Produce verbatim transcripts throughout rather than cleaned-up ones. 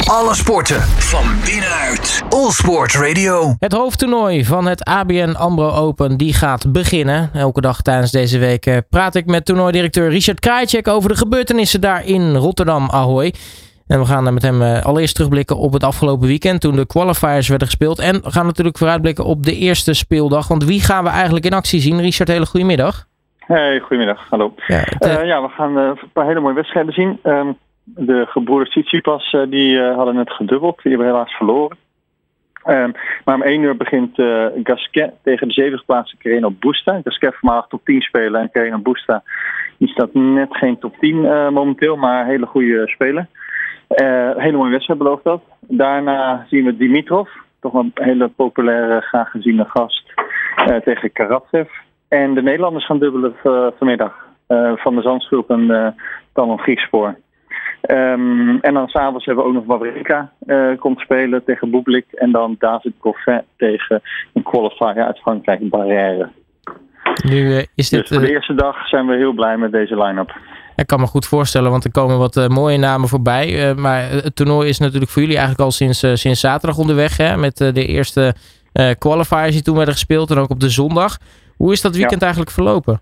Alle sporten van binnenuit. All Sport Radio. Het hoofdtoernooi van het A B N AMRO Open die gaat beginnen. Elke dag tijdens deze week praat ik met toernooidirecteur Richard Krajicek over de gebeurtenissen daar in Rotterdam Ahoy. En we gaan met hem allereerst terugblikken op het afgelopen weekend toen de qualifiers werden gespeeld. En we gaan natuurlijk vooruitblikken op de eerste speeldag. Want wie gaan we eigenlijk in actie zien? Richard, hele goedemiddag. Hey, goedemiddag. Hallo. Ja, het, uh, ja we gaan uh, een paar hele mooie wedstrijden zien. Um, de gebroeders Tsitsipas uh, die uh, hadden het gedubbeld. Die hebben helaas verloren. Um, maar om één uur begint uh, Gasquet tegen de zevende geplaatste Carreño Busta. Gasquet voormalig top tien speler en Carreño Busta die staat net geen top tien uh, momenteel, maar een hele goede speler. Uh, een hele mooie wedstrijd belooft dat. Daarna zien we Dimitrov, toch een hele populaire, graag geziene gast, uh, tegen Karatsev. En de Nederlanders gaan dubbelen uh, vanmiddag. Uh, van de Zandschulp en uh, dan een Griekspoor. Um, en dan s'avonds hebben we ook nog Wawrinka uh, komt spelen tegen Bublik. En dan David Goffin tegen een qualifier uit Frankrijk, Barrère. Nu, uh, is dit, dus voor de eerste dag zijn we heel blij met deze line-up. Ik kan me goed voorstellen, want er komen wat uh, mooie namen voorbij. Uh, maar het toernooi is natuurlijk voor jullie eigenlijk al sinds, uh, sinds zaterdag onderweg. Hè? Met uh, de eerste uh, qualifiers die toen werden gespeeld en ook op de zondag. Hoe is dat weekend ja. eigenlijk verlopen?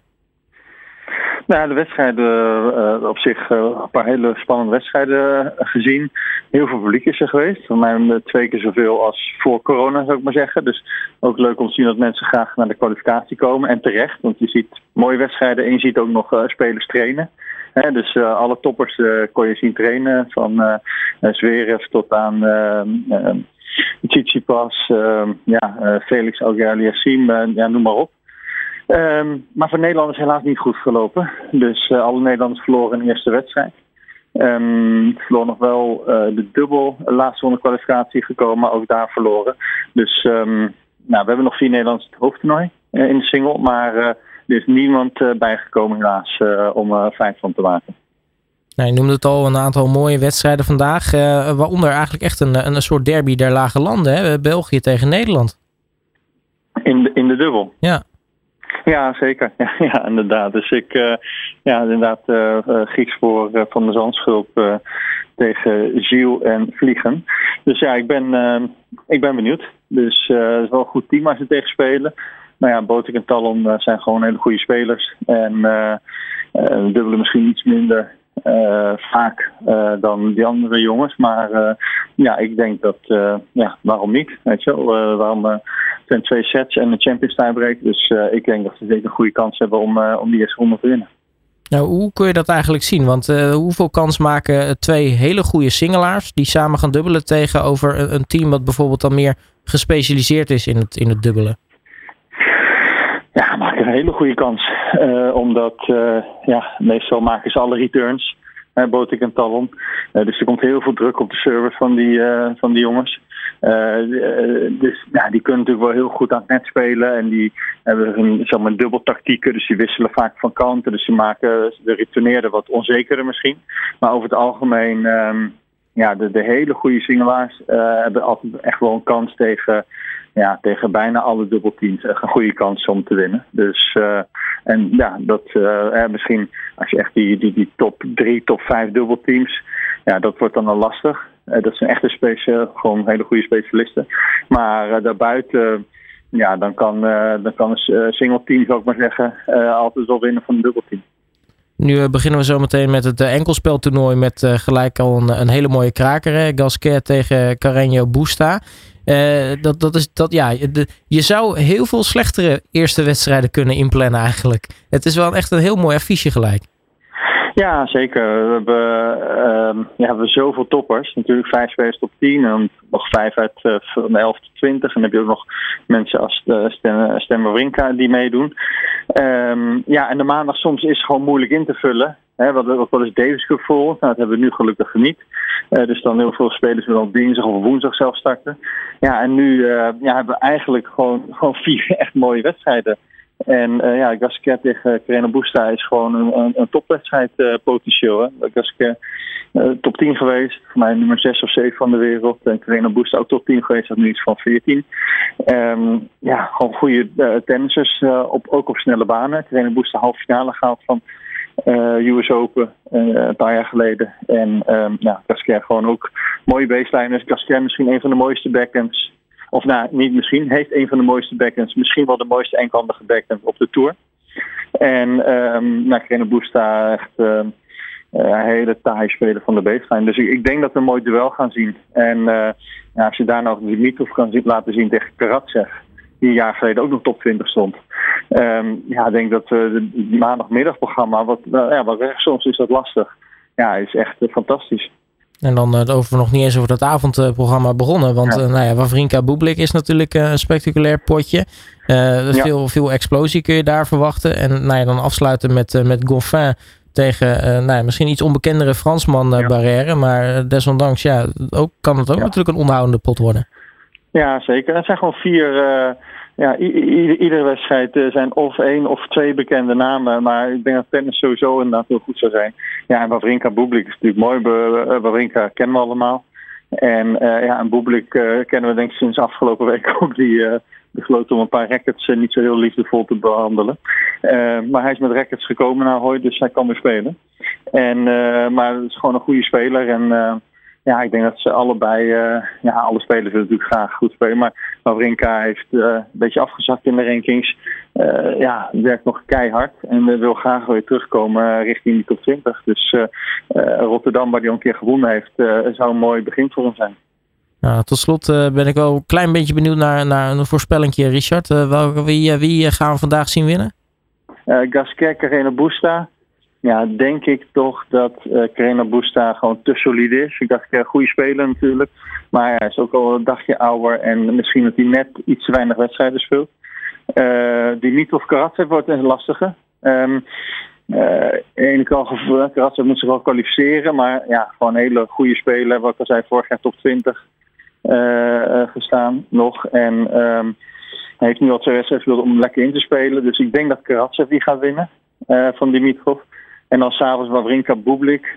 Nou, de wedstrijden uh, op zich uh, een paar hele spannende wedstrijden uh, gezien. Heel veel publiek is er geweest. Voor mij uh, twee keer zoveel als voor corona, zou ik maar zeggen. Dus ook leuk om te zien dat mensen graag naar de kwalificatie komen. En terecht, want je ziet mooie wedstrijden en je ziet ook nog uh, spelers trainen. He, dus uh, alle toppers uh, kon je zien trainen. Van uh, Zverev tot aan uh, uh, Tsitsipas, uh, ja, uh, Felix Auger-Aliassime, uh, ja, noem maar op. Um, maar voor Nederlanders helaas niet goed gelopen. Dus uh, alle Nederlanders verloren in de eerste wedstrijd. Um, verloor nog wel uh, de dubbel, laatste ronde kwalificatie gekomen, maar ook daar verloren. Dus um, nou, we hebben nog vier Nederlanders het hoofdtoernooi uh, in de single. Maar uh, er is niemand uh, bijgekomen helaas uh, om uh, vijf van te maken. Nou, je noemde het al, een aantal mooie wedstrijden vandaag. Uh, waaronder eigenlijk echt een, een soort derby der lage landen. Hè? België tegen Nederland. In de, in de dubbel? Ja. Ja, zeker. Ja, ja, inderdaad. Dus ik, uh, ja, inderdaad, uh, uh, Griekspoor uh, van de Zandschulp uh, tegen Gilles en Vliegen. Dus ja, ik ben, uh, ik ben benieuwd. Dus uh, het is wel een goed team waar ze tegen spelen. Nou ja, Botic en Talon uh, zijn gewoon hele goede spelers. En uh, uh, dubbelen misschien iets minder uh, vaak uh, dan die andere jongens. Maar uh, ja, ik denk dat, uh, ja, waarom niet? Weet je wel, uh, waarom... Uh, Het zijn twee sets en een Champions tiebreak. Dus uh, ik denk dat ze zeker een goede kans hebben om, uh, om die eerste ronde te winnen. Nou, hoe kun je dat eigenlijk zien? Want uh, hoeveel kans maken twee hele goede singelaars die samen gaan dubbelen tegenover een, een team wat bijvoorbeeld dan meer gespecialiseerd is in het, in het dubbelen? Ja, maken een hele goede kans. Uh, omdat uh, ja, meestal maken ze alle returns. Uh, Botic en Talon. Uh, dus er komt heel veel druk op de servers van die, uh, van die jongens. Uh, uh, dus ja, die kunnen natuurlijk wel heel goed aan het net spelen. En die hebben een, zeg maar, dubbeltactieken. Dus die wisselen vaak van kanten. Dus die maken de retourneerder wat onzekerder misschien. Maar over het algemeen, um, ja, de, de hele goede singelaars uh, hebben altijd echt wel een kans tegen, ja, tegen bijna alle dubbelteams. Echt een goede kans om te winnen. Dus uh, en ja, dat uh, eh, misschien als je echt die, die, die top drie, top vijf dubbelteams, ja, dat wordt dan al lastig. Uh, dat zijn echte special, gewoon hele goede specialisten. Maar uh, daarbuiten, uh, ja, dan kan, uh, dan kan een uh, single team, zou ik maar zeggen, uh, altijd wel winnen van een dubbelteam. Nu uh, beginnen we zo meteen met het uh, enkelspeltoernooi met uh, gelijk al een, een hele mooie kraker. Hè? Gasquet tegen Carreño Busta. Uh, dat, dat is, dat, ja, de, je zou heel veel slechtere eerste wedstrijden kunnen inplannen eigenlijk. Het is wel echt een heel mooi affiche gelijk. Ja, zeker. We hebben, uh, ja, we hebben zoveel toppers. Natuurlijk vijf spelers top tien en nog vijf uit uh, van elf tot twintig. En dan heb je ook nog mensen als uh, Stan, Stan Wawrinka die meedoen. Um, ja, en de maandag soms is gewoon moeilijk in te vullen. He, we hadden ook wel eens Davis Cup voor. Nou, dat hebben we nu gelukkig niet. Uh, dus dan heel veel spelers willen op dinsdag of woensdag zelf starten. Ja, en nu uh, ja, hebben we eigenlijk gewoon, gewoon vier echt mooie wedstrijden. En uh, ja, Gasquet tegen Carreño Busta is gewoon een, een, een topwedstrijd uh, potentieel. Hè? Gasquet uh, top tien geweest, voor mij nummer zes of zeven van de wereld. En Carreño Busta ook top tien geweest, dat nu iets van veertien. Um, ja, gewoon goede uh, tennissers, uh, op, ook op snelle banen. Carreño Busta halve finale gehaald van Uh, U S Open, uh, een paar jaar geleden. En um, ja, Gasquet gewoon ook mooie baseliners. Gasquet misschien een van de mooiste backhands. Of nou, niet misschien, heeft een van de mooiste backhands. Misschien wel de mooiste enkelhandige backhand op de Tour. En um, nou, Carreño Busta echt uh, een hele taaie speler van de baseline. Dus ik, ik denk dat we een mooi duel gaan zien. En uh, ja, als je daar nog Dimitrov kan zien, laten zien tegen Karatsev, die een jaar geleden ook nog top twintig stond. Um, ja, ik denk dat uh, het maandagmiddagprogramma, wat, uh, ja, wat soms is dat lastig. Ja, is echt uh, fantastisch. En dan uh, over we nog niet eens over dat avondprogramma begonnen. Want ja. uh, nou ja, Wawrinka Bublik is natuurlijk uh, een spectaculair potje. Uh, ja. veel, veel explosie kun je daar verwachten. En nou ja, dan afsluiten met, uh, met Goffin tegen uh, nou ja, misschien iets onbekendere Fransman uh, ja. Barrère. Maar uh, desondanks ja, ook, kan het ook ja. natuurlijk een onderhoudende pot worden. Ja, zeker. Het zijn gewoon vier... Uh, ja, i- i- iedere wedstrijd uh, zijn of één of twee bekende namen. Maar ik denk dat tennis sowieso inderdaad heel goed zou zijn. Ja, en Wawrinka Bublik is natuurlijk mooi. Be- uh, Wawrinka kennen we allemaal. En uh, ja, en Bublik uh, kennen we denk ik sinds afgelopen week ook. Die uh, besloten om een paar rackets uh, niet zo heel liefdevol te behandelen. Uh, maar hij is met rackets gekomen naar Ahoy, dus hij kan weer spelen. En, uh, maar het is gewoon een goede speler. En uh, ja, ik denk dat ze allebei, uh, ja, alle spelers willen natuurlijk graag goed spelen. Maar Wawrinka heeft uh, een beetje afgezakt in de rankings. Uh, ja, werkt nog keihard en wil graag weer terugkomen uh, richting die top twintig. Dus uh, uh, Rotterdam, waar hij al een keer gewonnen heeft, uh, zou een mooi begin voor hem zijn. Nou, tot slot uh, ben ik wel een klein beetje benieuwd naar, naar een voorspellingje, Richard. Uh, welke, wie, uh, wie gaan we vandaag zien winnen? Uh, Gasquet, Carreño Busta. Ja, denk ik toch dat uh, Carreño Busta gewoon te solide is. Ik dacht, een goede speler natuurlijk. Maar hij is ook al een dagje ouder en misschien dat hij net iets te weinig wedstrijden speelt. Uh, Dimitrov Karatsev wordt een lastige. Um, uh, ene kant Karatsev moet zich wel kwalificeren, maar ja, gewoon een hele goede speler. Wat ik al zei, vorig jaar top twintig uh, uh, gestaan nog. En um, hij heeft nu al twee wedstrijden gespeeld om lekker in te spelen. Dus ik denk dat Karatsev die gaat winnen uh, van Dimitrov. En dan s'avonds Wawrinka Bublik.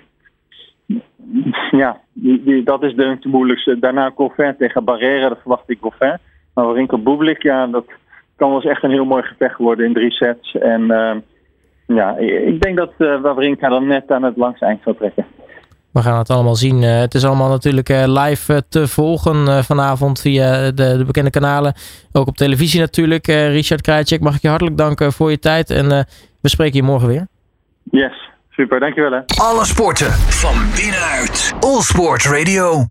Ja, die, die, dat is denk ik de moeilijkste. Daarna Goffin tegen Barrère, dat verwacht ik Goffin. Maar Wawrinka Bublik, ja, dat kan wel eens echt een heel mooi gevecht worden in drie sets. En uh, ja, ik denk dat uh, Wawrinka dan net aan het langste eind zal trekken. We gaan het allemaal zien. Uh, het is allemaal natuurlijk uh, live uh, te volgen uh, vanavond via de, de bekende kanalen. Ook op televisie natuurlijk. Uh, Richard Krajicek, mag ik je hartelijk danken voor je tijd. En uh, we spreken je morgen weer. Yes, super. Dankjewel hè. Alle sporten van binnenuit. All Sport Radio.